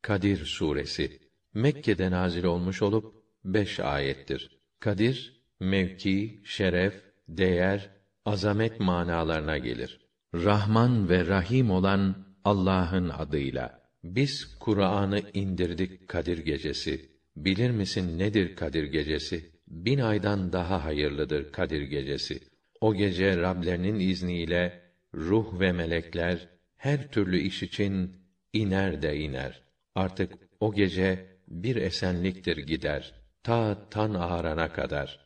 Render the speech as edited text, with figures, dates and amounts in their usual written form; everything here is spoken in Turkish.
Kadir suresi Mekke'de nazil olmuş olup 5 ayettir. Kadir mevki, şeref, değer, azamet manalarına gelir. Rahman ve Rahim olan Allah'ın adıyla. Biz Kur'an'ı indirdik Kadir gecesi. Bilir misin nedir Kadir gecesi? 1000 aydan daha hayırlıdır Kadir gecesi. O gece Rablerinin izniyle ruh ve melekler her türlü iş için iner de iner. Artık o gece bir esenliktir gider ta tan ağarana kadar.